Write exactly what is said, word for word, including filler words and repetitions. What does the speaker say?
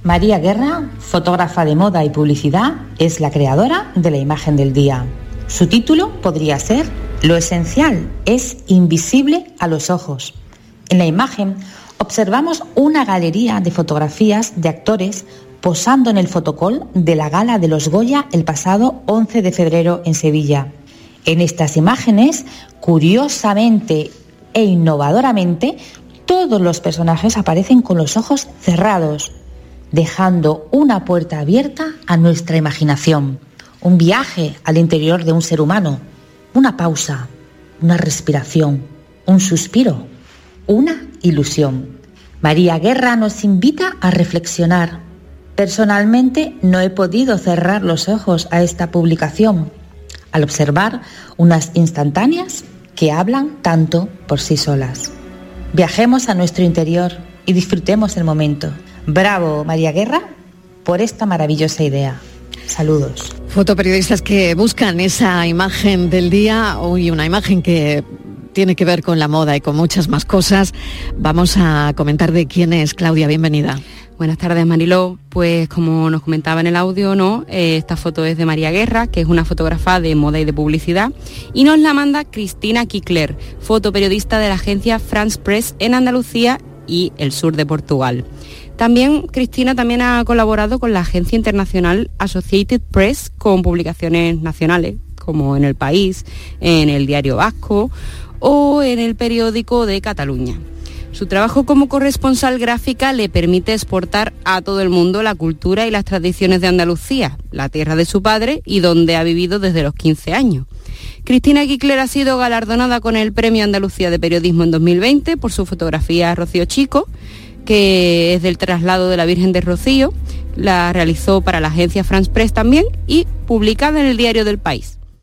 María Guerra, fotógrafa de moda y publicidad, es la creadora de la imagen del día. Su título podría ser "Lo esencial es invisible a los ojos". En la imagen observamos una galería de fotografías de actores posando en el fotocall de la gala de los Goya el pasado once de febrero en Sevilla. En estas imágenes, curiosamente e innovadoramente, todos los personajes aparecen con los ojos cerrados, dejando una puerta abierta a nuestra imaginación, un viaje al interior de un ser humano, una pausa, una respiración, un suspiro, una ilusión. María Guerra nos invita a reflexionar. Personalmente no he podido cerrar los ojos a esta publicación, al observar unas instantáneas que hablan tanto por sí solas. Viajemos a nuestro interior y disfrutemos el momento. Bravo, María Guerra, por esta maravillosa idea. Saludos. Fotoperiodistas que buscan esa imagen del día, hoy una imagen que tiene que ver con la moda y con muchas más cosas. Vamos a comentar de quién es. Claudia, bienvenida. Buenas tardes, Mariló. Pues como nos comentaba en el audio, ¿no? Eh, esta foto es de María Guerra, que es una fotógrafa de moda y de publicidad, y nos la manda Cristina Quickler, fotoperiodista de la agencia France Press en Andalucía y el sur de Portugal. También Cristina también ha colaborado con la agencia internacional Associated Press con publicaciones nacionales, como en El País, en el Diario Vasco o en el periódico de Cataluña. Su trabajo como corresponsal gráfica le permite exportar a todo el mundo la cultura y las tradiciones de Andalucía, la tierra de su padre y donde ha vivido desde los quince años. Cristina Quickler ha sido galardonada con el Premio Andalucía de Periodismo en dos mil veinte por su fotografía Rocío Chico, que es del traslado de la Virgen de Rocío. La realizó para la agencia France Press también y publicada en el Diario del País.